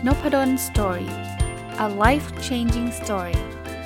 Nopadon Story. A life-changing story.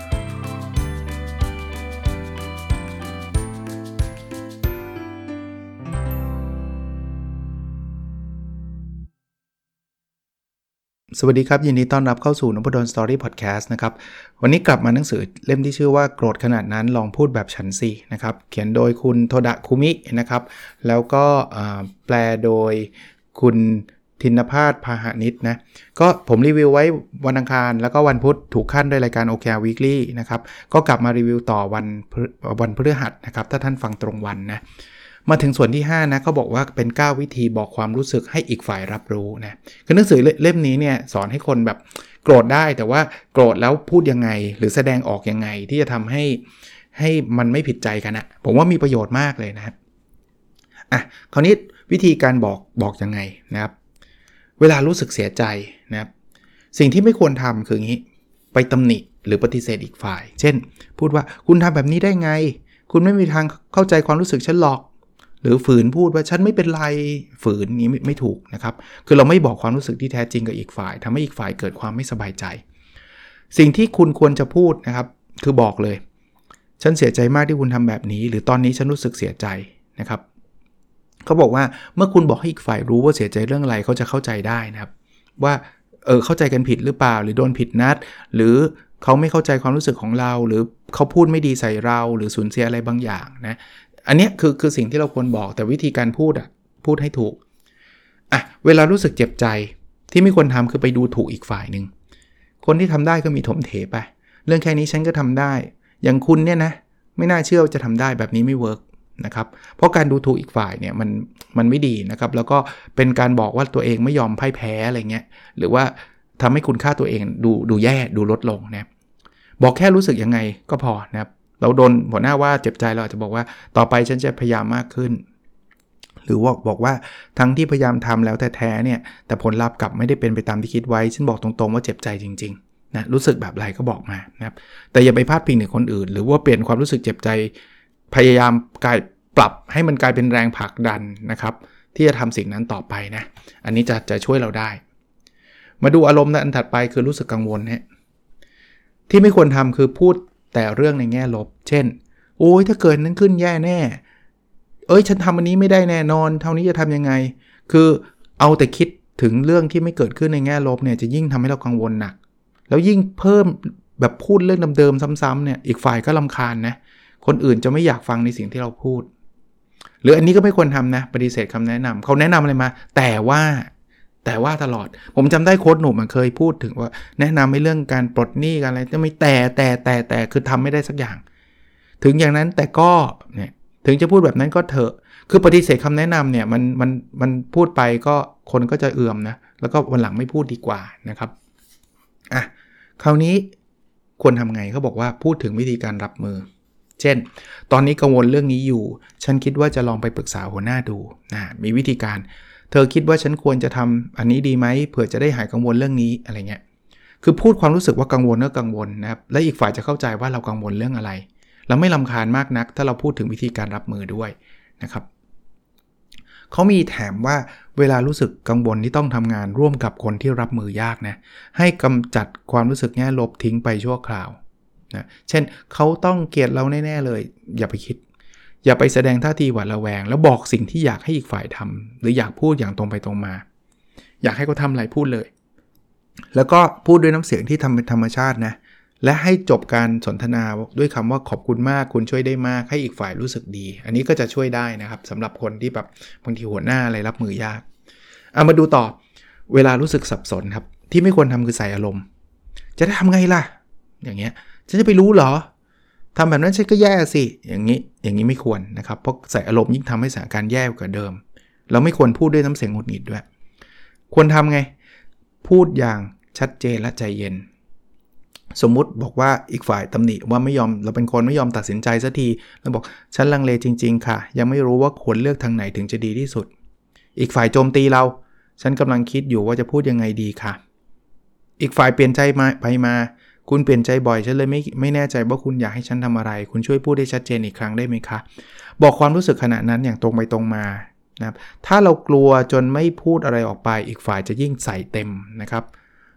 สวัสดีครับยินดีต้อนรับเข้าสู่ Nopadon Story Podcast นะครับวันนี้กลับมาหนังสือเล่มที่ชื่อว่าโกรธขนาดนั้นลองพูดแบบฉันสินะครับเขียนโดยคุณโทดะคุมินะครับแล้วก็แปลโดยคุณธินภาสพาหนิชนะก็ผมรีวิวไว้วันอังคารแล้วก็วันพุธถูกขั้นด้วยรายการ OKR Weekly นะครับก็กลับมารีวิวต่อวันพฤหัสนะครับถ้าท่านฟังตรงวันนะมาถึงส่วนที่5นะเขาบอกว่าเป็น9วิธีบอกความรู้สึกให้อีกฝ่ายรับรู้นะคือหนังสือเล่มนี้เนี่ยสอนให้คนแบบโกรธได้แต่ว่าโกรธแล้วพูดยังไงหรือแสดงออกยังไงที่จะทำให้มันไม่ผิดใจกันนะผมว่ามีประโยชน์มากเลยนะครับคราวนี้วิธีการบอกยังไงนะครับเวลารู้สึกเสียใจนะครับสิ่งที่ไม่ควรทำคืออย่างนี้ไปตำหนิหรือปฏิเสธอีกฝ่ายเช่นพูดว่าคุณทำแบบนี้ได้ไงคุณไม่มีทางเข้าใจความรู้สึกฉันหรอกหรือฝืนพูดว่าฉันไม่เป็นไรฝืนนี้ไม่ถูกนะครับคือเราไม่บอกความรู้สึกที่แท้จริงกับอีกฝ่ายทำให้อีกฝ่ายเกิดความไม่สบายใจสิ่งที่คุณควรจะพูดนะครับคือบอกเลยฉันเสียใจมากที่คุณทำแบบนี้หรือตอนนี้ฉันรู้สึกเสียใจนะครับเขาบอกว่าเมื่อคุณบอกให้อีกฝ่ายรู้ว่าเสียใจเรื่องอะไรเขาจะเข้าใจได้นะครับว่าเข้าใจกันผิดหรือเปล่าหรือโดนผิดนัดหรือเขาไม่เข้าใจความรู้สึกของเราหรือเขาพูดไม่ดีใส่เราหรือสูญเสียอะไรบางอย่างนะอันนี้คือสิ่งที่เราควรบอกแต่วิธีการพูดให้ถูกเวลารู้สึกเจ็บใจที่ไม่ควรทำคือไปดูถูกอีกฝ่ายนึงคนที่ทำได้ก็มีถมเถไปเรื่องแค่นี้ฉันก็ทำได้อย่างคุณเนี่ยนะไม่น่าเชื่อว่าจะทำได้แบบนี้ไม่เวิร์กนะครับเพราะการดูถูกอีกฝ่ายเนี่ยมันไม่ดีนะครับแล้วก็เป็นการบอกว่าตัวเองไม่ยอมพ่ายแพ้อะไรเงี้ยหรือว่าทำให้คุณค่าตัวเองดูแย่ดูลดลงนะบอกแค่รู้สึกยังไงก็พอนะครับเราโดนหัวหน้าว่าเจ็บใจเราอาจจะบอกว่าต่อไปฉันจะพยายามมากขึ้นหรือว่าบอกว่าทั้งที่พยายามทำแล้วแต่แท้เนี่ยแต่ผลลัพธ์กลับไม่ได้เป็นไปตามที่คิดไว้ฉันบอกตรงๆว่าเจ็บใจจริงๆนะรู้สึกแบบไรก็บอกมานะครับแต่อย่าไปพาดพิงถึงคนอื่นหรือว่าเปลี่ยนความรู้สึกเจ็บใจพยายามปรับให้มันกลายเป็นแรงผลักดันนะครับที่จะทำสิ่งนั้นต่อไปนะอันนี้จะช่วยเราได้มาดูอารมณ์อันถัดไปคือรู้สึกกังวลนะที่ไม่ควรทำคือพูดแต่เรื่องในแง่ลบเช่นโอ้ยถ้าเกิดนั้นขึ้นแย่แน่ฉันทำอันนี้ไม่ได้แน่นอนเท่านี้จะทำยังไงคือเอาแต่คิดถึงเรื่องที่ไม่เกิดขึ้นในแง่ลบเนี่ยจะยิ่งทำให้เรากังวลหนักแล้วยิ่งเพิ่มแบบพูดเรื่องเดิมๆซ้ำๆเนี่ยอีกฝ่ายก็รำคาญนะคนอื่นจะไม่อยากฟังในสิ่งที่เราพูดหรืออันนี้ก็ไม่ควรทำนะปฏิเสธคำแนะนำเขาแนะนำอะไรมาแต่ว่าตลอดผมจำได้โค้ชหนุ่มเคยพูดถึงว่าแนะนำให้เรื่องการปลดหนี้กันอะไรจะไม่แต่คือทำไม่ได้สักอย่างถึงอย่างนั้นแต่ก็เนี่ยถึงจะพูดแบบนั้นก็เถอะคือปฏิเสธคำแนะนำเนี่ยมันพูดไปก็คนก็จะเอื่อมนะแล้วก็วันหลังไม่พูดดีกว่านะครับคราวนี้ควรทำไงเขาบอกว่าพูดถึงวิธีการรับมือเช่นตอนนี้กังวลเรื่องนี้อยู่ฉันคิดว่าจะลองไปปรึกษาหัวหน้าดูมีวิธีการเธอคิดว่าฉันควรจะทำอันนี้ดีไหมเผื่อจะได้หายกังวลเรื่องนี้อะไรเงี้ยคือพูดความรู้สึกว่ากังวลก็กังวลนะครับและอีกฝ่ายจะเข้าใจว่าเรากังวลเรื่องอะไรเราไม่รำคาญมากนักถ้าเราพูดถึงวิธีการรับมือด้วยนะครับเขามีแถมว่าเวลารู้สึกกังวลที่ต้องทำงานร่วมกับคนที่รับมือยากนะให้กำจัดความรู้สึกแง่ลบทิ้งไปชั่วคราวนะเช่นเขาต้องเกลียดเราแน่ๆเลยอย่าไปคิดอย่าไปแสดงท่าทีหวาดระแวงแล้วบอกสิ่งที่อยากให้อีกฝ่ายทำหรืออยากพูดอย่างตรงไปตรงมาอยากให้เขาทำอะไรพูดเลยแล้วก็พูดด้วยน้ำเสียงที่ทำเป็นธรรมชาตินะและให้จบการสนทนาด้วยคำว่าขอบคุณมากคุณช่วยได้มากให้อีกฝ่ายรู้สึกดีอันนี้ก็จะช่วยได้นะครับสำหรับคนที่แบบบางทีหัวหน้าอะไรรับมือยากมาดูต่อเวลารู้สึกสับสนครับที่ไม่ควรทำคือใส่อารมณ์จะได้ทำไงล่ะอย่างเงี้ยฉันจะไปรู้เหรอทำแบบนั้นฉันก็แย่สิอย่างนี้ไม่ควรนะครับเพราะใส่อารมณ์ยิ่งทำให้สถานการณ์แย่กว่าเดิมเราไม่ควรพูดด้วยน้ำเสียงหงุดหงิดด้วยควรทำไงพูดอย่างชัดเจนและใจเย็นสมมุติบอกว่าอีกฝ่ายตำหนิว่าไม่ยอมเราเป็นคนไม่ยอมตัดสินใจสักทีแล้วบอกฉันลังเลจริงๆค่ะยังไม่รู้ว่าควรเลือกทางไหนถึงจะดีที่สุดอีกฝ่ายโจมตีเราฉันกำลังคิดอยู่ว่าจะพูดยังไงดีค่ะอีกฝ่ายเปลี่ยนใจมาคุณเปลี่ยนใจบ่อยฉันเลยไม่แน่ใจว่าคุณอยากให้ฉันทำอะไรคุณช่วยพูดได้ชัดเจนอีกครั้งได้ไหมคะบอกความรู้สึกขณะนั้นอย่างตรงไปตรงมานะครับถ้าเรากลัวจนไม่พูดอะไรออกไปอีกฝ่ายจะยิ่งใส่เต็มนะครับ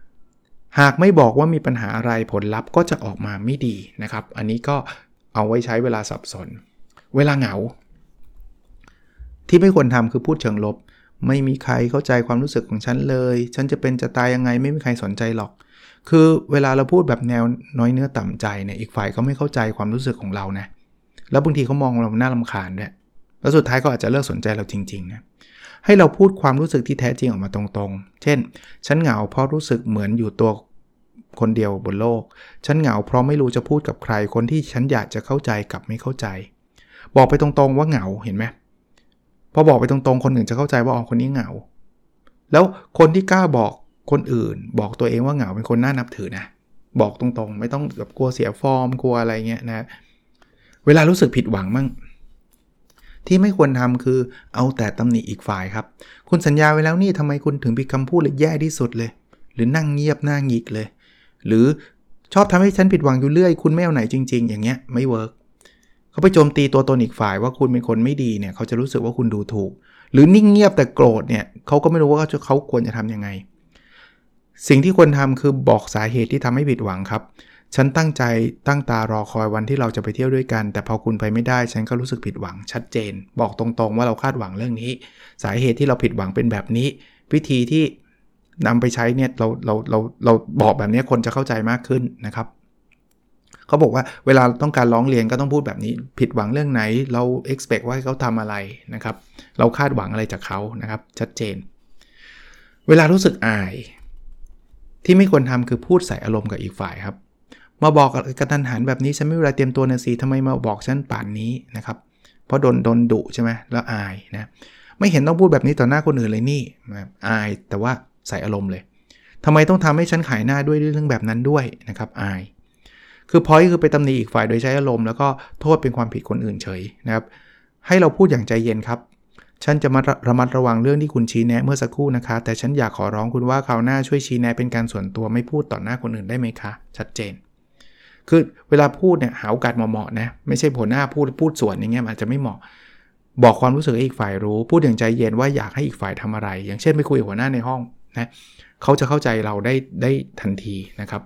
หากไม่บอกว่ามีปัญหาอะไรผลลัพธ์ก็จะออกมาไม่ดีนะครับอันนี้ก็เอาไว้ใช้เวลาสับสนเวลาเหงาที่ไม่ควรทำคือพูดเชิงลบไม่มีใครเข้าใจความรู้สึกของฉันเลยฉันจะเป็นจะตายยังไงไม่มีใครสนใจหรอกคือเวลาเราพูดแบบแนวน้อยเนื้อต่ำใจเนี่ยอีกฝ่ายก็ไม่เข้าใจความรู้สึกของเรานะแล้วบางทีเขามองเราหน้ารำคาญด้วยแล้วสุดท้ายก็อาจจะเลิกสนใจเราจริงๆนะให้เราพูดความรู้สึกที่แท้จริงออกมาตรงๆเช่นฉันเหงาเพราะรู้สึกเหมือนอยู่ตัวคนเดียวบนโลกฉันเหงาเพราะไม่รู้จะพูดกับใครคนที่ฉันอยากจะเข้าใจกับไม่เข้าใจบอกไปตรงๆว่าเหงาเห็นไหมพอบอกไปตรงๆคนอื่นจะเข้าใจว่าคนนี้เหงาแล้วคนที่กล้าบอกคนอื่นบอกตัวเองว่าเหงาเป็นคนน่านับถือนะบอกตรงๆไม่ต้องแบบกลัวเสียฟอร์มกลัวอะไรเงี้ยนะเวลารู้สึกผิดหวังมั่งที่ไม่ควรทำคือเอาแต่ตำหนิอีกฝ่ายครับคุณสัญญาไว้แล้วนี่ทำไมคุณถึงผิดคำพูดเลยแย่ที่สุดเลยหรือนั่งเงียบหน้าหงิกเลยหรือชอบทำให้ฉันผิดหวังอยู่เรื่อยคุณไม่เอาไหนจริงๆอย่างเงี้ยไม่เวิร์กเขาไปโจมตีตัวตนอีกฝ่ายว่าคุณเป็นคนไม่ดีเนี่ยเขาจะรู้สึกว่าคุณดูถูกหรือนิ่งเงียบแต่โกรธเนี่ยเขาก็ไม่รู้ว่าเขาควรจะทำยังไงสิ่งที่ควรทำคือบอกสาเหตุที่ทำให้ผิดหวังครับฉันตั้งใจตั้งตารอคอยวันที่เราจะไปเที่ยวด้วยกันแต่พอคุณไปไม่ได้ฉันก็รู้สึกผิดหวังชัดเจนบอกตรงๆว่าเราคาดหวังเรื่องนี้สาเหตุที่เราผิดหวังเป็นแบบนี้วิธีที่นำไปใช้เนี่ยเราบอกแบบนี้คนจะเข้าใจมากขึ้นนะครับเขาบอกว่าเวลาต้องการร้องเรียนก็ต้องพูดแบบนี้ผิดหวังเรื่องไหนเรา expect ว่าให้เขาทำอะไรนะครับเราคาดหวังอะไรจากเขานะครับชัดเจนเวลารู้สึกอายที่ไม่ควรทำคือพูดใส่อารมณ์กับอีกฝ่ายครับมาบอกกระทันหันแบบนี้ฉันไม่มีเวลาเตรียมตัวนะสิทำไมมาบอกฉันป่านนี้นะครับเพราะโดนดุใช่ไหมแล้วอายนะไม่เห็นต้องพูดแบบนี้ต่อหน้าคนอื่นเลยนี่อายแต่ว่าใส่อารมณ์เลยทำไมต้องทำให้ฉันขายหน้าด้วยเรื่องแบบนั้นด้วยนะครับอายคือพอยต์คือไปตำหนิอีกฝ่ายโดยใช้อารมณ์แล้วก็โทษเป็นความผิดคนอื่นเฉยนะครับให้เราพูดอย่างใจเย็นครับฉันจะมาระมัดระวังเรื่องที่คุณชี้แนะเมื่อสักครู่นะคะแต่ฉันอยากขอร้องคุณว่าคราวหน้าช่วยชี้แนะเป็นการส่วนตัวไม่พูดต่อหน้าคนอื่นได้ไหมคะชัดเจนคือเวลาพูดเนี่ยหาโอกาสเหมาะๆนะไม่ใช่หัวหน้าพูดส่วนอย่างเงี้ยอาจจะไม่เหมาะบอกความรู้สึกให้อีกฝ่ายรู้พูดอย่างใจเย็นว่าอยากให้อีกฝ่ายทำอะไรอย่างเช่นไปคุยกับหัวหน้าในห้องนะเขาจะเข้าใจเราได้ทันทีนะครับ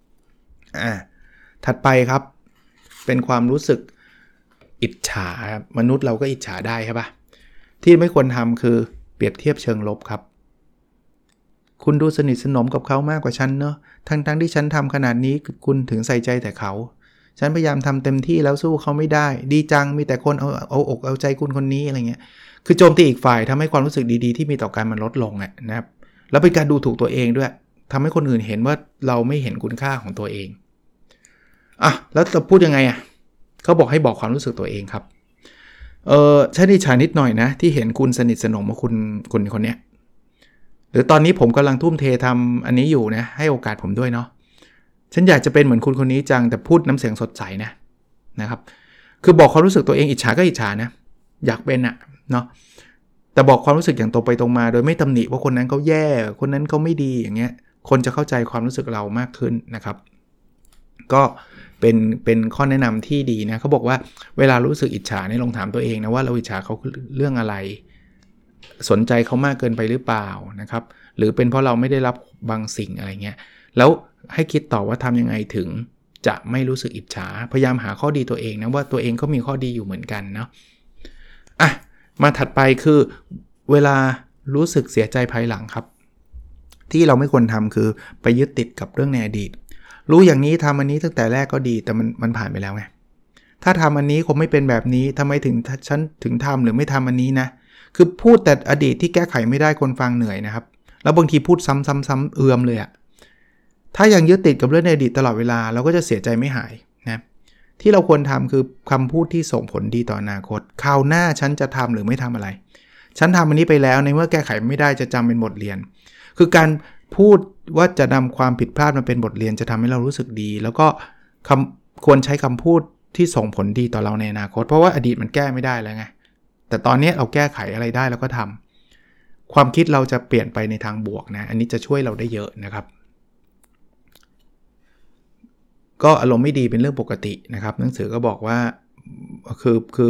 ถัดไปครับเป็นความรู้สึกอิจฉามนุษย์เราก็อิจฉาได้ใช่ปะที่ไม่ควรทำคือเปรียบเทียบเชิงลบครับคุณดูสนิทสนมกับเขามากกว่าฉันเนอะทั้งที่ฉันทำขนาดนี้คุณถึงใส่ใจแต่เขาฉันพยายามทำเต็มที่แล้วสู้เขาไม่ได้ดีจังมีแต่คนเอาอกเอาใจคุณคนนี้อะไรเงี้ยคือโจมตีอีกฝ่ายทำให้ความรู้สึกดีๆที่มีต่อกันมันลดลงนะครับแล้วเป็นการดูถูกตัวเองด้วยทำให้คนอื่นเห็นว่าเราไม่เห็นคุณค่าของตัวเองแล้วจะพูดยังไงเขาบอกให้บอกความรู้สึกตัวเองครับฉันอิจฉานิดหน่อยนะที่เห็นคุณสนิทสนมกับคุณคนเนี้ยหรือตอนนี้ผมกำลังทุ่มเททำอันนี้อยู่นะให้โอกาสผมด้วยเนาะฉันอยากจะเป็นเหมือนคุณคนนี้จังแต่พูดน้ำเสียงสดใสนะครับคือบอกความรู้สึกตัวเองอิจฉาก็อิจฉานะอยากเป็นเนาะแต่บอกความรู้สึกอย่างตรงไปตรงมาโดยไม่ตำหนิว่าคนนั้นเขาแย่คนนั้นเขาไม่ดีอย่างเงี้ยคนจะเข้าใจความรู้สึกเรามากขึ้นนะครับก็เป็นข้อแนะนำที่ดีนะเขาบอกว่าเวลารู้สึกอิจฉาเนี่ยลองถามตัวเองนะว่าเราอิจฉาเขาเรื่องอะไรสนใจเขามากเกินไปหรือเปล่านะครับหรือเป็นเพราะเราไม่ได้รับบางสิ่งอะไรเงี้ยแล้วให้คิดต่อว่าทำยังไงถึงจะไม่รู้สึกอิจฉาพยายามหาข้อดีตัวเองนะว่าตัวเองก็มีข้อดีอยู่เหมือนกันเนาะมาถัดไปคือเวลารู้สึกเสียใจภายหลังครับที่เราไม่ควรทำคือไปยึดติดกับเรื่องในอดีตรู้อย่างนี้ทำอันนี้ตั้งแต่แรกก็ดีแต่มันผ่านไปแล้วไงถ้าทำอันนี้คงไม่เป็นแบบนี้ทำไมฉันถึงทำหรือไม่ทำอันนี้นะคือพูดแต่อดีตที่แก้ไขไม่ได้คนฟังเหนื่อยนะครับแล้วบางทีพูดซ้ำๆเอือมเลยถ้ายังยึดติดกับเรื่องในอดีตตลอดเวลาเราก็จะเสียใจไม่หายนะที่เราควรทำคือคำพูดที่ส่งผลดีต่ออนาคตคราวหน้าฉันจะทำหรือไม่ทำอะไรฉันทำอันนี้ไปแล้วในเมื่อแก้ไขไม่ได้จะจำเป็นบทเรียนคือการพูดว่าจะนำความผิดพลาดมาเป็นบทเรียนจะทำให้เรารู้สึกดีแล้วก็ควรใช้คำพูดที่ส่งผลดีต่อเราในอนาคตเพราะว่าอดีตมันแก้ไม่ได้แล้วไงแต่ตอนนี้เราแก้ไขอะไรได้เราก็ทำความคิดเราจะเปลี่ยนไปในทางบวกนะอันนี้จะช่วยเราได้เยอะนะครับก็อารมณ์ไม่ดีเป็นเรื่องปกตินะครับหนังสือก็บอกว่าคือ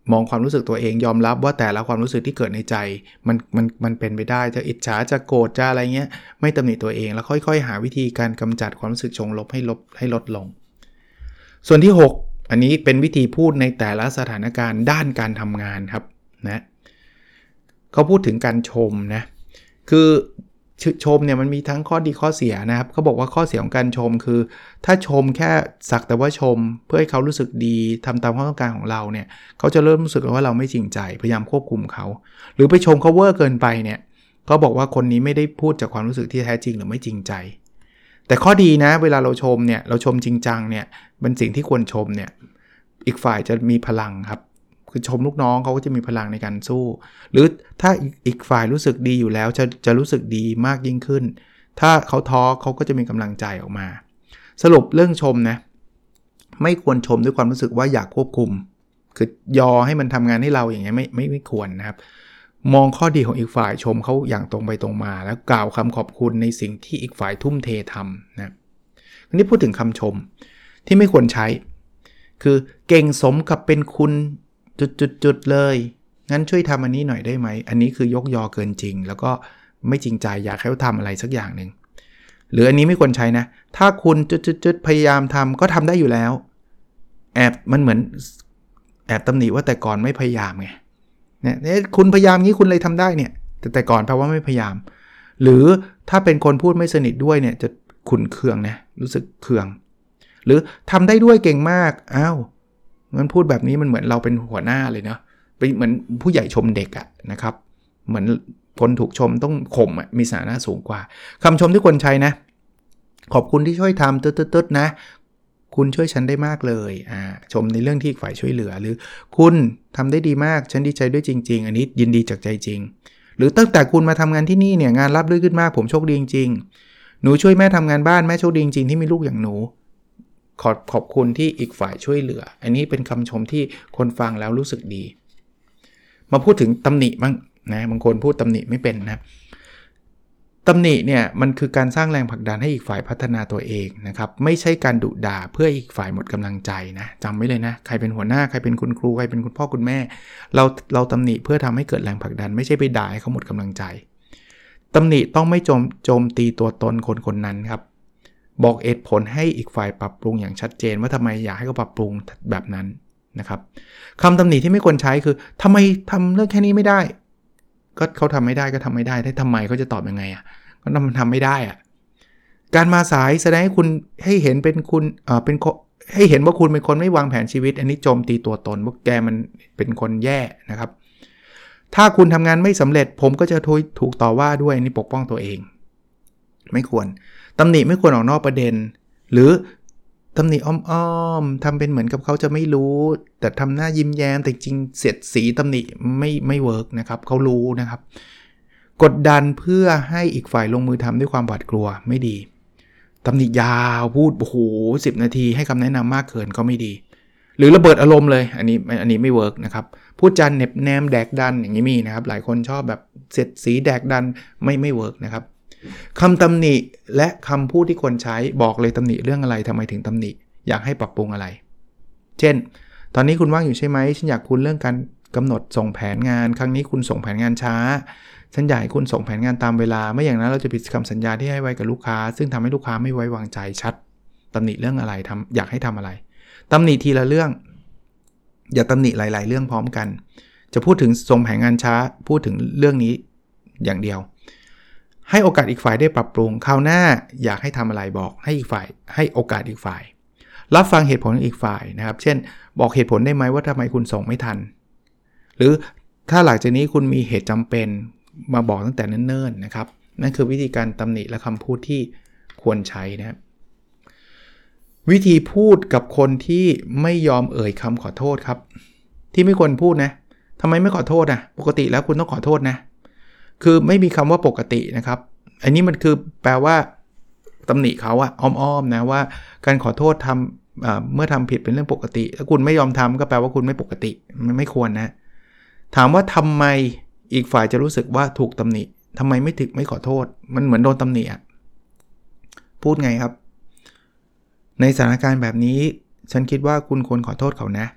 มองความรู้สึกตัวเองยอมรับว่าแต่ละความรู้สึกที่เกิดในใจมันเป็นไปได้จะอิจฉาจะโกรธจะอะไรเงี้ยไม่ตำหนิตัวเองแล้วค่อยๆหาวิธีการกำจัดความรู้สึกเชิงลบให้ลดลงส่วนที่6อันนี้เป็นวิธีพูดในแต่ละสถานการณ์ด้านการทำงานครับนะเขาพูดถึงการชมนะคือชมเนี่ยมันมีทั้งข้อดีข้อเสียนะครับเขาบอกว่าข้อเสียของการชมคือถ้าชมแค่สักแต่ว่าชมเพื่อให้เขารู้สึกดีทำตามความต้องการของเราเนี่ยเขาจะเริ่มรู้สึกว่าเราไม่จริงใจพยายามควบคุมเขาหรือไปชมเขาเวอร์เกินไปเนี่ยเขาบอกว่าคนนี้ไม่ได้พูดจากความรู้สึกที่แท้จริงหรือไม่จริงใจแต่ข้อดีนะเวลาเราชมเนี่ยเราชมจริงจังเนี่ยเป็นสิ่งที่ควรชมเนี่ยอีกฝ่ายจะมีพลังครับคือชมลูกน้องเขาก็จะมีพลังในการสู้หรือถ้าอีกฝ่ายรู้สึกดีอยู่แล้วจะรู้สึกดีมากยิ่งขึ้นถ้าเขาท้อเขาก็จะมีกำลังใจออกมาสรุปเรื่องชมนะไม่ควรชมด้วยความรู้สึกว่าอยากควบคุมคือยอให้มันทำงานให้เราอย่างเงี้ยไม่ควรนะครับมองข้อดีของอีกฝ่ายชมเขาอย่างตรงไปตรงมาแล้วกล่าวคำขอบคุณในสิ่งที่อีกฝ่ายทุ่มเททำนะอันนี้พูดถึงคำชมที่ไม่ควรใช้คือเก่งสมกับเป็นคุณจุดเลยงั้นช่วยทำอันนี้หน่อยได้ไหมอันนี้คือยกยอเกินจริงแล้วก็ไม่จริงใจอยากให้เขาทำอะไรสักอย่างหนึ่งหรืออันนี้ไม่ควรใช้นะถ้าคุณจุดพยายามทำก็ทำได้อยู่แล้วมันเหมือนแอบตำหนิว่าแต่ก่อนไม่พยายามไงเนี่ยคุณพยายามงี้คุณเลยทำได้เนี่ยแต่ก่อนแปลว่าไม่พยายามหรือถ้าเป็นคนพูดไม่สนิทด้วยเนี่ยจะขุ่นเคืองนะรู้สึกเคืองหรือทำได้ด้วยเก่งมากอ้าวมันพูดแบบนี้มันเหมือนเราเป็นหัวหน้าเลยเนาะเป็นเหมือนผู้ใหญ่ชมเด็กอะนะครับเหมือนคนถูกชมต้องข่มมีสถานะสูงกว่าคำชมที่ควรใช้นะขอบคุณที่ช่วยทำตึ๊ดนะคุณช่วยฉันได้มากเลยชมในเรื่องที่อีกฝ่ายช่วยเหลือหรือคุณทำได้ดีมากฉันดีใจด้วยจริงๆอันนี้ยินดีจากใจจริงหรือตั้งแต่คุณมาทำงานที่นี่เนี่ยงานราบรื่นขึ้นมากผมโชคดีจริงๆหนูช่วยแม่ทำงานบ้านแม่โชคดีจริงๆที่มีลูกอย่างหนูขอบคุณที่อีกฝ่ายช่วยเหลืออันนี้เป็นคำชมที่คนฟังแล้วรู้สึกดีมาพูดถึงตำหนิบ้างนะบางคนพูดตำหนิไม่เป็นนะตำหนิเนี่ยมันคือการสร้างแรงผลักดันให้อีกฝ่ายพัฒนาตัวเองนะครับไม่ใช่การดุด่าเพื่ออีกฝ่ายหมดกำลังใจนะจำไว้เลยนะใครเป็นหัวหน้าใครเป็นคุณครูใครเป็นคุณพ่อคุณแม่เราตำหนิเพื่อทำให้เกิดแรงผลักดันไม่ใช่ไปด่าให้เขาหมดกำลังใจตำหนิต้องไม่โจมตีตัวตนคนนั้นครับบอกเหตุผลให้อีกฝ่ายปรับปรุงอย่างชัดเจนว่าทำไมอยากให้เขาปรับปรุงแบบนั้นนะครับคำตำหนิที่ไม่ควรใช้คือทำไมทำเรื่องแค่นี้ไม่ได้ก็เขาทำไม่ได้ก็ทำไม่ได้ทำไมเขาจะตอบยังไงก็มันทำไม่ได้การมาสายแสดงให้คุณให้เห็นเป็นคุณให้เห็นว่าคุณเป็นคนไม่วางแผนชีวิตอันนี้โจมตีตัวตนว่าแกมันเป็นคนแย่นะครับถ้าคุณทำงานไม่สำเร็จผมก็จะถูกต่อว่าด้วยนี่ปกป้องตัวเองไม่ควรตำหนิไม่ควรออกนอกประเด็นหรือตำหนิอ้อมทำเป็นเหมือนกับเขาจะไม่รู้แต่ทำหน้ายิ้มแย้มแต่จริงเสียดสีตำหนิไม่เวิร์กนะครับเขารู้นะครับกดดันเพื่อให้อีกฝ่ายลงมือทำด้วยความหวาดกลัวไม่ดีตำหนิยาวพูดโอ้โห10 นาทีให้คำแนะนำมากเกินก็ไม่ดีหรือระเบิดอารมณ์เลยอันนี้ไม่เวิร์กนะครับพูดจาเน็บแนมแดกดันอย่างนี้มีนะครับหลายคนชอบแบบเสียดสีแดกดันไม่เวิร์กนะครับคำตำหนิและคำพูดที่ควรใช้บอกเลยตำหนิเรื่องอะไรทำไมถึงตำหนิอยากให้ปรับปรุงอะไรเช่นตอนนี้คุณว่างอยู่ใช่ไหมฉันอยากคุณเรื่องการกำหนดส่งแผนงานครั้งนี้คุณส่งแผนงานช้าฉันอยากให้คุณส่งแผนงานตามเวลาไม่อย่างนั้นเราจะผิดคำสัญญาที่ให้ไว้กับลูกค้าซึ่งทำให้ลูกค้าไม่ไว้วางใจชัดตำหนิเรื่องอะไรอยากให้ทำอะไรตำหนิทีละเรื่องอย่าตำหนิหลายๆเรื่องพร้อมกันจะพูดถึงส่งแผนงานช้าพูดถึงเรื่องนี้อย่างเดียวให้โอกาสอีกฝ่ายได้ปรับปรุงคราวหน้าอยากให้ทำอะไรบอกให้อีกฝ่ายให้โอกาสอีกฝ่ายรับฟังเหตุผลของอีกฝ่ายนะครับเช่นบอกเหตุผลได้ไหมว่าทำไมคุณส่งไม่ทันหรือถ้าหลังจากนี้คุณมีเหตุจำเป็นมาบอกตั้งแต่เนิ่นๆนะครับนั่นคือวิธีการตำหนิและคำพูดที่ควรใช้นะครับวิธีพูดกับคนที่ไม่ยอมเอ่ยคำขอโทษครับที่ไม่ควรพูดนะทำไมไม่ขอโทษปกติแล้วคุณต้องขอโทษนะคือไม่มีคำว่าปกตินะครับอันนี้มันคือแปลว่าตำหนิเขาอ้อมๆนะว่าการขอโทษเมื่อทำผิดเป็นเรื่องปกติถ้าคุณไม่ยอมทำก็แปลว่าคุณไม่ปกติมันไม่ควรนะถามว่าทำไมอีกฝ่ายจะรู้สึกว่าถูกตำหนิทำไมไม่ขอโทษมันเหมือนโดนตำหนิพูดไงครับในสถานการณ์แบบนี้ฉันคิดว่าคุณควรขอโทษเขานะ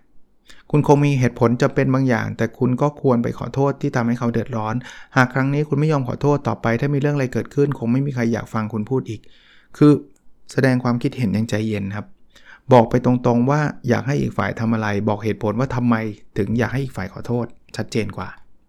คุณคงมีเหตุผลจะเป็นบางอย่างแต่คุณก็ควรไปขอโทษที่ทำให้เขาเดือดร้อนหากครั้งนี้คุณไม่ยอมขอโทษต่อไปถ้ามีเรื่องอะไรเกิดขึ้นคงไม่มีใครอยากฟังคุณพูดอีกคือแสดงความคิดเห็นอย่างใจเย็นครับบอกไปตรงๆว่าอยากให้อีกฝ่ายทำอะไรบอกเหตุผลว่าทำไมถึงอยากให้อีกฝ่ายขอโทษชัดเจนกว่า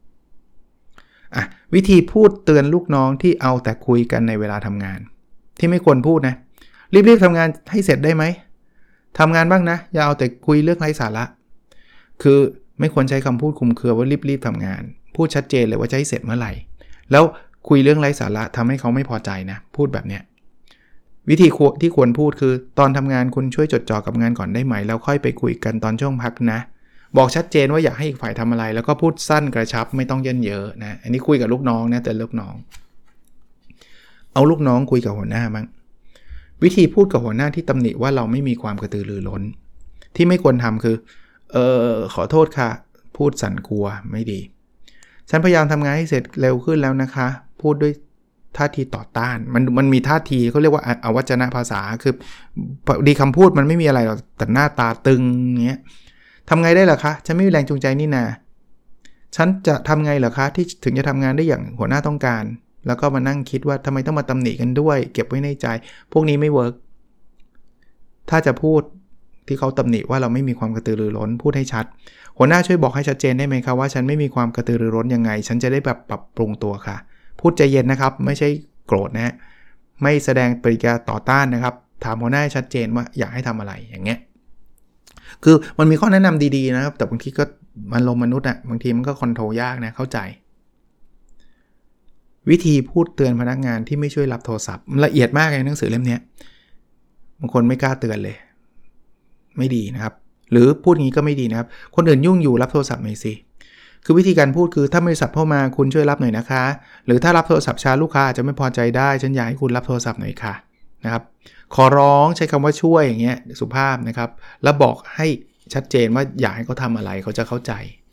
วิธีพูดเตือนลูกน้องที่เอาแต่คุยกันในเวลาทำงานที่ไม่ควรพูดนะรีบๆทำงานให้เสร็จได้ไหมทำงานบ้างนะอย่าเอาแต่คุยเรื่องไร้สาระคือไม่ควรใช้คำพูดคลุมเครือว่ารีบๆทำงานพูดชัดเจนเลยว่าจะให้เสร็จเมื่อไหร่แล้วคุยเรื่องไร้สาระทำให้เขาไม่พอใจนะพูดแบบเนี้ยวิธีที่ควรพูดคือตอนทำงานคุณช่วยจดจ่อกับงานก่อนได้ไหมแล้วค่อยไปคุยกันตอนช่วงพักนะบอกชัดเจนว่าอยากให้อีกฝ่ายทำอะไรแล้วก็พูดสั้นกระชับไม่ต้องเยินเยอะนะอันนี้คุยกับลูกน้องนะแต่ลูกน้องเอาลูกน้องคุยกับหัวหน้ามั้งวิธีพูดกับหัวหน้าที่ตำหนิว่าเราไม่มีความกระตือรือร้นที่ไม่ควรทำคือขอโทษค่ะพูดสั่นกลัวไม่ดีฉันพยายามทำงานให้เสร็จเร็วขึ้นแล้วนะคะพูดด้วยท่าทีต่อต้านมันมีท่าทีเขาเรียกว่าอวัจนภาษาคือดีคำพูดมันไม่มีอะไรหรอกแต่หน้าตาตึงเงี้ยทำไงได้ล่ะคะฉันไม่มีแรงจูงใจนี่นาฉันจะทำไงล่ะคะที่ถึงจะทำงานได้อย่างหัวหน้าต้องการแล้วก็มานั่งคิดว่าทำไมต้องมาตำหนิกันด้วยเก็บไว้ในใจพวกนี้ไม่เวิร์กถ้าจะพูดที่เขาตำหนิว่าเราไม่มีความกระตือรือร้นพูดให้ชัดหัวหน้าช่วยบอกให้ชัดเจนได้ไหมคะว่าฉันไม่มีความกระตือรือร้นยังไงฉันจะได้แบบปรับปรุงตัวค่ะพูดใจเย็นนะครับไม่ใช่โกรธนะไม่แสดงปฏิกิริยาต่อต้านนะครับถามหัวหน้าชัดเจนว่าอยากให้ทำอะไรอย่างเงี้ยคือมันมีข้อแนะนำดีๆนะครับแต่บางทีก็มันลงมนุษย์อ่ะบางทีมันก็คอนโทรลยากนะเข้าใจวิธีพูดเตือนพนักงานที่ไม่ช่วยรับโทรศัพท์ละเอียดมากในหนังสือเล่มนี้บางคนไม่กล้าเตือนเลยไม่ดีนะครับหรือพูดงี้ก็ไม่ดีนะครับคนอื่นยุ่งอยู่รับโทรศัพท์หน่อยสิคือวิธีการพูดคือถ้าบริษัทเข้ามาคุณช่วยรับหน่อยนะคะหรือถ้ารับโทรศัพท์ช้าลูกค้าอาจจะไม่พอใจได้ฉันอยากให้คุณรับโทรศัพท์หน่อยค่ะนะครับขอร้องใช้คำว่าช่วยอย่างเงี้ยสุภาพนะครับแล้วบอกให้ชัดเจนว่าอยากให้เขาทำอะไรเขาจะเข้าใจ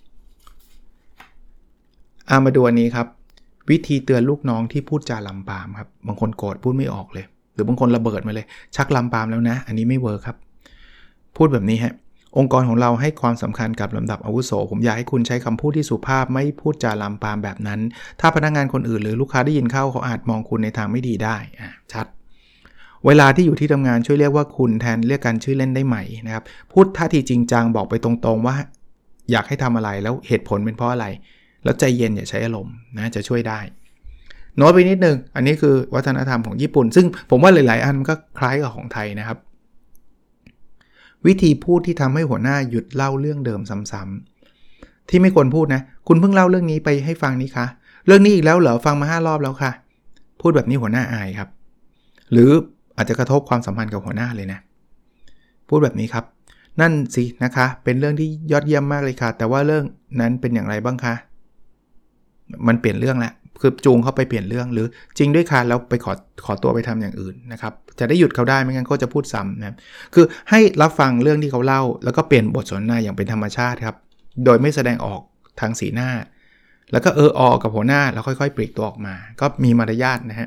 มาดูอันนี้ครับวิธีเตือนลูกน้องที่พูดจาลำปามครับบางคนโกรธพูดไม่ออกเลยหรือบางคนระเบิดมาเลยชักลำปามแล้วนะอันนี้ไม่เวิร์คครับพูดแบบนี้ฮะองค์กรของเราให้ความสำคัญกับลำดับอาวุโสผมอยากให้คุณใช้คำพูดที่สุภาพไม่พูดจาลามปามแบบนั้นถ้าพนักงานคนอื่นหรือลูกค้าได้ยินเข้าเขาอาจมองคุณในทางไม่ดีได้ชัดเวลาที่อยู่ที่ทำงานช่วยเรียกว่าคุณแทนเรียกกันชื่อเล่นได้ไหมนะครับพูดท่าทีจริงจังบอกไปตรงๆว่าอยากให้ทำอะไรแล้วเหตุผลเป็นเพราะอะไรแล้วใจเย็นอย่าใช้อารมณ์นะจะช่วยได้โน้ตไปนิดนึงอันนี้คือวัฒนธรรมของญี่ปุ่นซึ่งผมว่าหลายๆอันมันก็คล้ายกับของไทยนะครับวิธีพูดที่ทำให้หัวหน้าหยุดเล่าเรื่องเดิมซ้ำๆที่ไม่ควรพูดนะคุณเพิ่งเล่าเรื่องนี้ไปให้ฟังนี่คะเรื่องนี้อีกแล้วเหรอฟังมา5 รอบแล้วค่ะพูดแบบนี้หัวหน้าอายครับหรืออาจจะกระทบความสัมพันธ์กับหัวหน้าเลยนะพูดแบบนี้ครับนั่นสินะคะเป็นเรื่องที่ยอดเยี่ยมมากเลยค่ะแต่ว่าเรื่องนั้นเป็นอย่างไรบ้างคะมันเปลี่ยนเรื่องละคือจูงเขาไปเปลี่ยนเรื่องหรือจริงด้วยค่ะแล้วไปขอตัวไปทำอย่างอื่นนะครับจะได้หยุดเขาได้ไม่งั้นเขาจะพูดซ้ำนะคือให้รับฟังเรื่องที่เขาเล่าแล้วก็เปลี่ยนบทสนทนาอย่างเป็นธรรมชาติครับโดยไม่แสดงออกทางสีหน้าแล้วก็กับหัวหน้าแล้วค่อยๆปลีกตัวออกมาก็มีมารยาทนะฮะ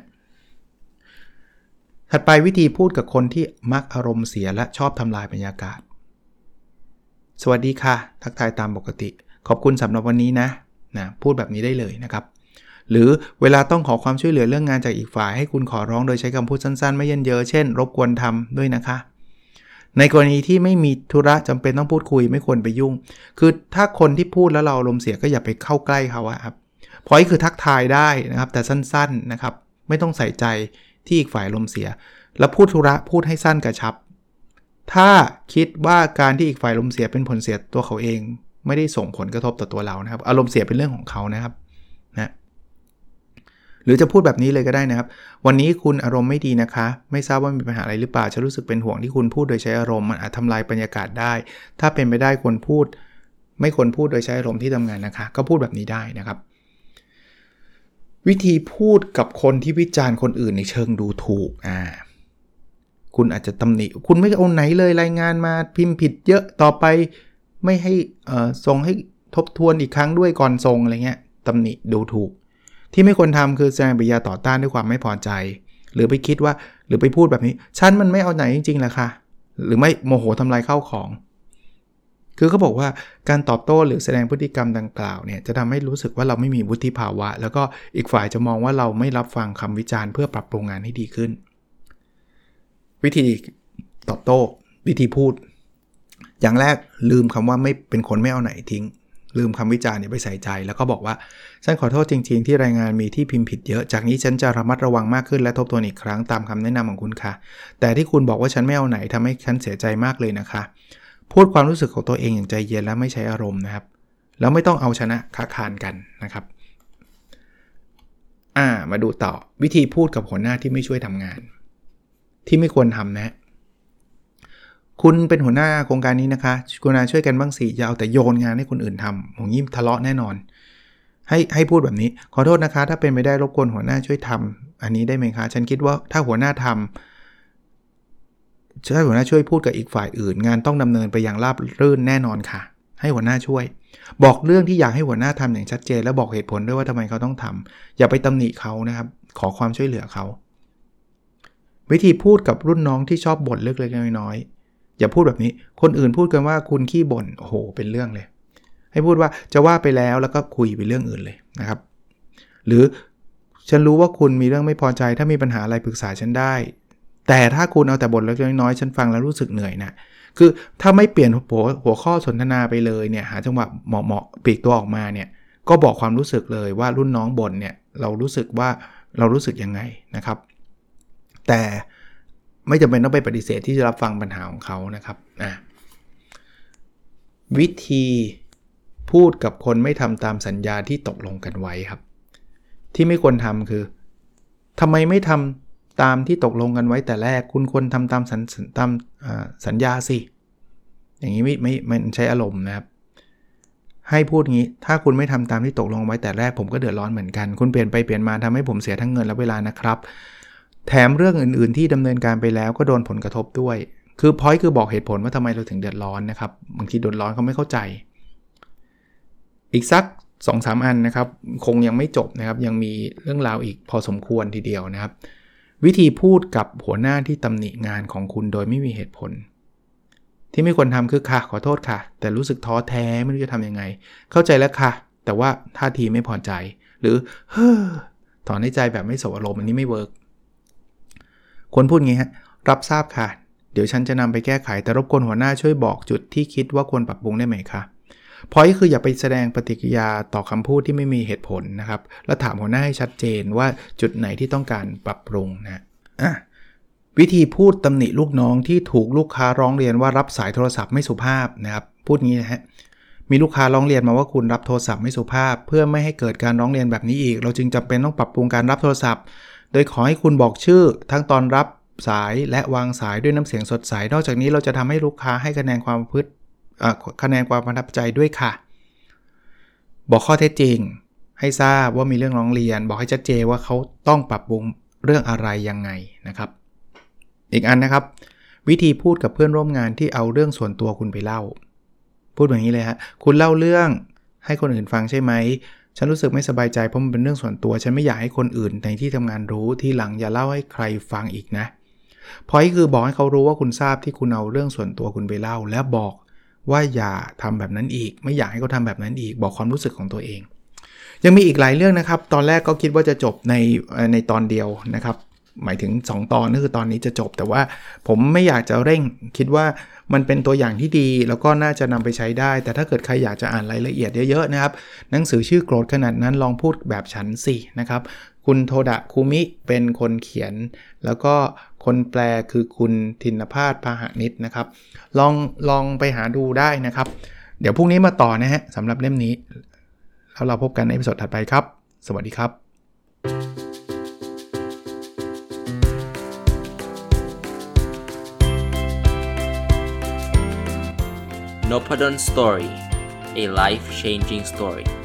ถัดไปวิธีพูดกับคนที่มักอารมณ์เสียและชอบทำลายบรรยากาศสวัสดีค่ะทักทายตามปกติขอบคุณสำหรับวันนี้นะพูดแบบนี้ได้เลยนะครับหรือเวลาต้องขอความช่วยเหลือเรื่องงานจากอีกฝ่ายให้คุณขอร้องโดยใช้คำพูดสั้นๆไม่เยินเยอะเช่นรบกวนทำด้วยนะคะในกรณีที่ไม่มีธุระจำเป็นต้องพูดคุยไม่ควรไปยุ่งคือถ้าคนที่พูดแล้วเราอารมณ์เสียก็อย่าไปเข้าใกล้เขาครับพอยคือทักทายได้นะครับแต่สั้นๆนะครับไม่ต้องใส่ใจที่อีกฝ่ายอารมณ์เสียแล้วพูดธุระพูดให้สั้นกระชับถ้าคิดว่าการที่อีกฝ่ายอารมณ์เสียเป็นผลเสียตัวเขาเองไม่ได้ส่งผลกระทบต่อตัวเรานะครับอารมณ์เสียเป็นเรื่องของเขานะครับนะหรือจะพูดแบบนี้เลยก็ได้นะครับวันนี้คุณอารมณ์ไม่ดีนะคะไม่ทราบว่ามีปัญหาอะไรหรือเปล่าฉันรู้สึกเป็นห่วงที่คุณพูดโดยใช้อารมณ์มันอาจทำลายบรรยากาศได้ถ้าเป็นไปได้ควรพูดไม่ควรพูดโดยใช้อารมณ์ที่ทำงานนะคะก็พูดแบบนี้ได้นะครับวิธีพูดกับคนที่วิจารณ์คนอื่นในเชิงดูถูกคุณอาจจะตำหนิคุณไม่เอาไหนเลยรายงานมาพิมพ์ผิดเยอะต่อไปไม่ให้ส่งให้ทบทวนอีกครั้งด้วยก่อนส่งอะไรเงี้ยตำหนิดูถูกที่ไม่ควรทำคือแสดงปฏิกิริยาต่อต้านด้วยความไม่พอใจหรือไปคิดว่าหรือไปพูดแบบนี้ฉันมันไม่เอาไหนจริงๆแหละค่ะหรือไม่โมโหทำลายข้าวของคือเขาบอกว่าการตอบโต้หรือแสดงพฤติกรรมดังกล่าวเนี่ยจะทำให้รู้สึกว่าเราไม่มีวุฒิภาวะแล้วก็อีกฝ่ายจะมองว่าเราไม่รับฟังคำวิจารณ์เพื่อปรับปรุงงานให้ดีขึ้นวิธีตอบโต้วิธีพูดอย่างแรกลืมคำว่าไม่เป็นคนไม่เอาไหนทิ้งลืมคำวิจารณ์ไปใส่ใจแล้วก็บอกว่าฉันขอโทษจริงๆที่รายงานมีที่พิมพ์ผิดเยอะจากนี้ฉันจะระมัดระวังมากขึ้นและทบทวนอีกครั้งตามคำแนะนำของคุณค่ะแต่ที่คุณบอกว่าฉันไม่เอาไหนทำให้ฉันเสียใจมากเลยนะคะพูดความรู้สึกของตัวเองอย่างใจเย็นและไม่ใช้อารมณ์นะครับแล้วไม่ต้องเอาชนะค้าคานกันนะครับมาดูต่อวิธีพูดกับหัวหน้าที่ไม่ช่วยทำงานที่ไม่ควรทำนะคุณเป็นหัวหน้าโครงการนี้นะคะกรุณาช่วยกันบ้างสิอย่าเอาแต่โยนงานให้คนอื่นทำผมยิ้มทะเลาะแน่นอนให้พูดแบบนี้ขอโทษนะคะถ้าเป็นไปได้รบกวนหัวหน้าช่วยทำอันนี้ได้ไหมคะฉันคิดว่าถ้าหัวหน้าทำหัวหน้าช่วยพูดกับอีกฝ่ายอื่นงานต้องดำเนินไปอย่างราบรื่นแน่นอนค่ะให้หัวหน้าช่วยบอกเรื่องที่อยากให้หัวหน้าทำอย่างชัดเจนและบอกเหตุผลด้วยว่าทำไมเขาต้องทำอย่าไปตำหนิเขานะครับขอความช่วยเหลือเขาวิธีพูดกับรุ่นน้องที่ชอบบ่นเล็กๆน้อยๆอย่าพูดแบบนี้คนอื่นพูดกันว่าคุณขี้บ่นโอ้โหเป็นเรื่องเลยให้พูดว่าจะว่าไปแล้วก็คุยไปเรื่องอื่นเลยนะครับหรือฉันรู้ว่าคุณมีเรื่องไม่พอใจถ้ามีปัญหาอะไรปรึกษาฉันได้แต่ถ้าคุณเอาแต่บ่นเล็กๆน้อยๆฉันฟังแล้วรู้สึกเหนื่อยนะคือถ้าไม่เปลี่ยนหัวข้อสนทนาไปเลยเนี่ยหาจังหวะเหมาะปลีกตัวออกมาเนี่ยก็บอกความรู้สึกเลยว่ารุ่นน้องบ่นเนี่ยเรารู้สึกยังไงนะครับแต่ไม่จำเป็นต้องไปปฏิเสธที่จะรับฟังปัญหาของเขานะครับวิธีพูดกับคนไม่ทำตามสัญญาที่ตกลงกันไว้ครับที่ไม่ควรทำคือทำไมไม่ทำตามที่ตกลงกันไว้แต่แรกคุณควรทำตามสัญญาสิอย่างนี้ไม่ใช้อารมณ์นะครับให้พูดงี้ถ้าคุณไม่ทำตามที่ตกลงไว้แต่แรกผมก็เดือดร้อนเหมือนกันคุณเปลี่ยนไปเปลี่ยนมาทำให้ผมเสียทั้งเงินและเวลานะครับแถมเรื่องอื่นๆที่ดำเนินการไปแล้วก็โดนผลกระทบด้วยคือพอยต์คือบอกเหตุผลว่าทำไมเราถึงเดือดร้อนนะครับบางทีเดือดร้อนเขาไม่เข้าใจอีกสัก 2-3 อันนะครับคงยังไม่จบนะครับยังมีเรื่องราวอีกพอสมควรทีเดียวนะครับวิธีพูดกับหัวหน้าที่ตำหนิงานของคุณโดยไม่มีเหตุผลที่ไม่ควรทำคือค่ะขอโทษค่ะแต่รู้สึกท้อแท้ไม่รู้จะทำยังไงเข้าใจแล้วค่ะแต่ว่าท่าทีไม่พอใจหรือถอนหายใจแบบไม่สบอารมณ์อันนี้ไม่เวิร์กควรพูดงี้ฮะรับทราบค่ะเดี๋ยวฉันจะนำไปแก้ไขแต่รบกวนหัวหน้าช่วยบอกจุดที่คิดว่าควรปรับปรุงได้ไหมคะพอยต์คืออย่าไปแสดงปฏิกิริยาต่อคำพูดที่ไม่มีเหตุผลนะครับแล้วถามหัวหน้าให้ชัดเจนว่าจุดไหนที่ต้องการปรับปรุงนะวิธีพูดตำหนิลูกน้องที่ถูกลูกค้าร้องเรียนว่ารับสายโทรศัพท์ไม่สุภาพนะครับพูดงี้นะฮะมีลูกค้าร้องเรียนมาว่าคุณรับโทรศัพท์ไม่สุภาพเพื่อไม่ให้เกิดการร้องเรียนแบบนี้อีกเราจึงจำเป็นต้องปรับปรุงการรับโทรศัพท์โดยขอให้คุณบอกชื่อทั้งตอนรับสายและวางสายด้วยน้ำเสียงสดใสนอกจากนี้เราจะทำให้ลูกค้าให้คะแนนความประทับใจด้วยค่ะบอกข้อเท็จจริงให้ทราบว่ามีเรื่องร้องเรียนบอกให้ชัดเจนว่าเขาต้องปรับปรุงเรื่องอะไรยังไงนะครับอีกอันนะครับวิธีพูดกับเพื่อนร่วมงานที่เอาเรื่องส่วนตัวคุณไปเล่าพูดแบบนี้เลยฮะคุณเล่าเรื่องให้คนอื่นฟังใช่ไหมฉันรู้สึกไม่สบายใจเพราะมันเป็นเรื่องส่วนตัวฉันไม่อยากให้คนอื่นในที่ทำงานรู้ที่หลังอย่าเล่าให้ใครฟังอีกนะพอยคือบอกให้เขารู้ว่าคุณทราบที่คุณเอาเรื่องส่วนตัวคุณไปเล่าและบอกว่าอย่าทำแบบนั้นอีกไม่อยากให้เขาทำแบบนั้นอีกบอกความรู้สึกของตัวเองยังมีอีกหลายเรื่องนะครับตอนแรกก็คิดว่าจะจบในตอนเดียวนะครับหมายถึง2ตอนนั่นคือตอนนี้จะจบแต่ว่าผมไม่อยากจะเร่งคิดว่ามันเป็นตัวอย่างที่ดีแล้วก็น่าจะนำไปใช้ได้แต่ถ้าเกิดใครอยากจะอ่านรายละเอียดเยอะๆนะครับหนังสือชื่อโกรธขนาดนั้นลองพูดแบบฉันสินะครับคุณโทดะคุมิเป็นคนเขียนแล้วก็คนแปลคือคุณธินภาสพาหนิชนะครับลองไปหาดูได้นะครับเดี๋ยวพรุ่งนี้มาต่อนะฮะสำหรับเล่มนี้แล้วเราพบกันในอีพิโซดถัดไปครับสวัสดีครับ Nopadon Story, a life-changing story.